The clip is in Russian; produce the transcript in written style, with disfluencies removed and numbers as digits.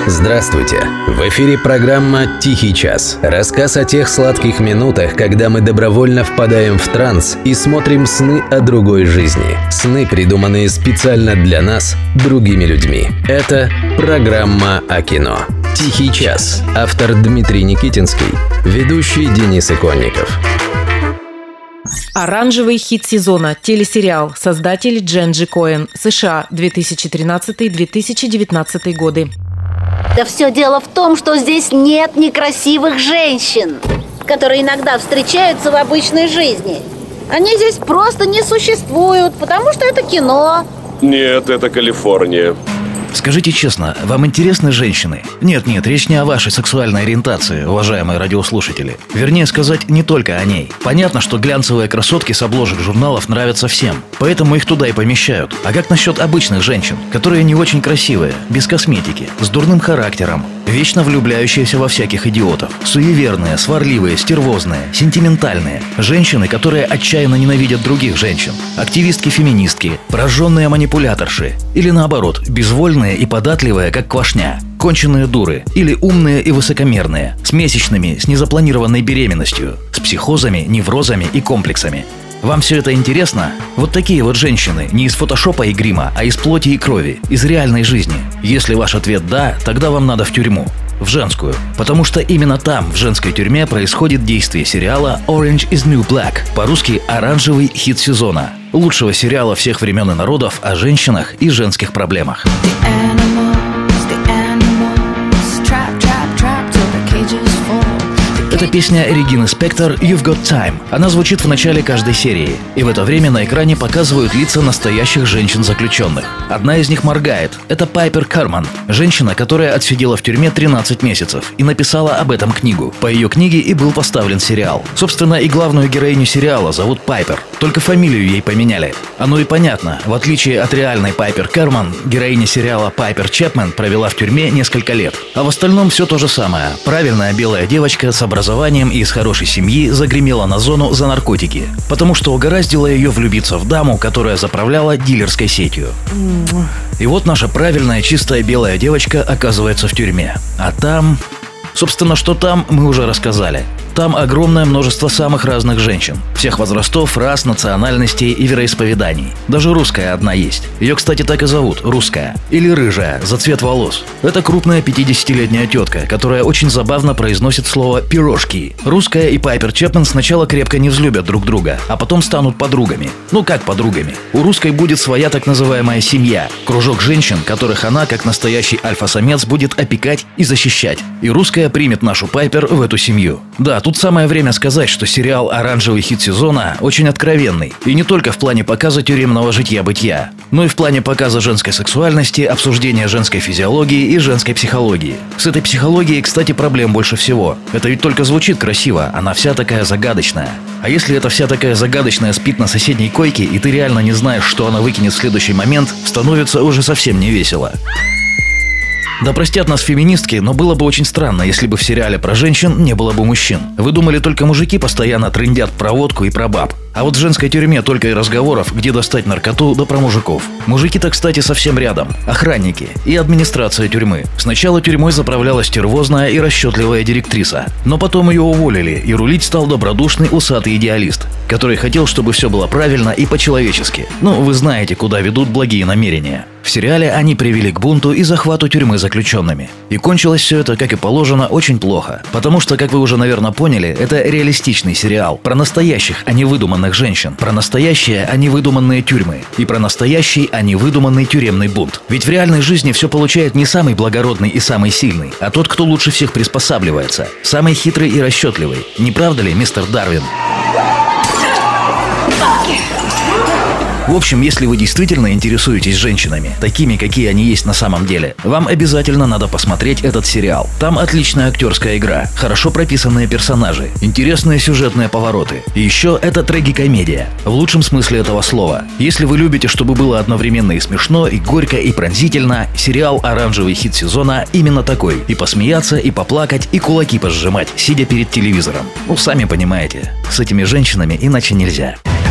Здравствуйте! В эфире программа «Тихий час». Рассказ о тех сладких минутах, когда мы добровольно впадаем в транс и смотрим сны о другой жизни. Сны, придуманные специально для нас, другими людьми. Это программа о кино. «Тихий час». Автор Дмитрий Никитинский. Ведущий Денис Иконников. Оранжевый хит сезона. Телесериал. Создатель Дженджи Коэн. США. 2013-2019 годы. Да все дело в том, что здесь нет некрасивых женщин, которые иногда встречаются в обычной жизни. Они здесь просто не существуют, потому что это кино. Нет, это Калифорния. Скажите честно, вам интересны женщины? Нет, речь не о вашей сексуальной ориентации, уважаемые радиослушатели. Вернее сказать, не только о ней. Понятно, что глянцевые красотки с обложек журналов нравятся всем, поэтому их туда и помещают. А как насчет обычных женщин, которые не очень красивые, без косметики, с дурным характером, вечно влюбляющиеся во всяких идиотов, суеверные, сварливые, стервозные, сентиментальные, женщины, которые отчаянно ненавидят других женщин, активистки-феминистки, прожженные манипуляторши или наоборот, безвольные и податливые, как квашня, конченые дуры или умные и высокомерные, с месячными, с незапланированной беременностью, с психозами, неврозами и комплексами. Вам все это интересно? Вот такие вот женщины, не из фотошопа и грима, а из плоти и крови, из реальной жизни. Если ваш ответ «да», тогда вам надо в тюрьму. В женскую. Потому что именно там, в женской тюрьме, происходит действие сериала «Orange is New Black», по-русски «Оранжевый хит сезона», лучшего сериала всех времен и народов о женщинах и женских проблемах. Это песня Регины Спектор «You've Got Time». Она звучит в начале каждой серии. И в это время на экране показывают лица настоящих женщин-заключенных. Одна из них моргает. Это Пайпер Керман. Женщина, которая отсидела в тюрьме 13 месяцев и написала об этом книгу. По ее книге и был поставлен сериал. Собственно, и главную героиню сериала зовут Пайпер. Только фамилию ей поменяли. Оно и понятно. В отличие от реальной Пайпер Керман, героиня сериала Пайпер Чепмен провела в тюрьме несколько лет. А в остальном все то же самое. Правильная белая девочка с образованием и из хорошей семьи загремела на зону за наркотики, потому что угораздило ее влюбиться в даму, которая заправляла дилерской сетью. И вот наша правильная чистая белая девочка оказывается в тюрьме. А там... Собственно, что там, мы уже рассказали. Там огромное множество самых разных женщин. Всех возрастов, рас, национальностей и вероисповеданий. Даже русская одна есть. Ее, кстати, так и зовут – русская. Или рыжая, за цвет волос. Это крупная 50-летняя тетка, которая очень забавно произносит слово «пирожки». Русская и Пайпер Чепмен сначала крепко не взлюбят друг друга, а потом станут подругами. Ну как подругами? У русской будет своя так называемая семья. Кружок женщин, которых она, как настоящий альфа-самец, будет опекать и защищать. И русская примет нашу Пайпер в эту семью. Да, тут самое время сказать, что сериал «Оранжевый хит сезона» очень откровенный. И не только в плане показа тюремного житья-бытия, но и в плане показа женской сексуальности, обсуждения женской физиологии и женской психологии. С этой психологией, кстати, проблем больше всего. Это ведь только звучит красиво, она вся такая загадочная. А если эта вся такая загадочная спит на соседней койке, и ты реально не знаешь, что она выкинет в следующий момент, становится уже совсем не весело. Да простят нас феминистки, но было бы очень странно, если бы в сериале про женщин не было бы мужчин. Вы думали, только мужики постоянно трындят про водку и про баб? А вот в женской тюрьме только и разговоров, где достать наркоту, да про мужиков. Мужики-то, кстати, совсем рядом. Охранники и администрация тюрьмы. Сначала тюрьмой заправляла стервозная и расчетливая директриса. Но потом ее уволили, и рулить стал добродушный усатый идеалист, который хотел, чтобы все было правильно и по-человечески. Ну, вы знаете, куда ведут благие намерения. В сериале они привели к бунту и захвату тюрьмы заключенными. И кончилось все это, как и положено, очень плохо. Потому что, как вы уже, наверное, поняли, это реалистичный сериал про настоящих, а не выдуманных женщин, про настоящие, а не выдуманные тюрьмы, и про настоящий, а не выдуманный тюремный бунт. Ведь в реальной жизни все получает не самый благородный и самый сильный, а тот, кто лучше всех приспосабливается, самый хитрый и расчетливый. Не правда ли, мистер Дарвин? В общем, если вы действительно интересуетесь женщинами, такими, какие они есть на самом деле, вам обязательно надо посмотреть этот сериал. Там отличная актерская игра, хорошо прописанные персонажи, интересные сюжетные повороты. И еще это трагикомедия, в лучшем смысле этого слова. Если вы любите, чтобы было одновременно и смешно, и горько, и пронзительно, сериал «Оранжевый хит сезона» именно такой. И посмеяться, и поплакать, и кулаки пожимать, сидя перед телевизором. Ну, сами понимаете, с этими женщинами иначе нельзя.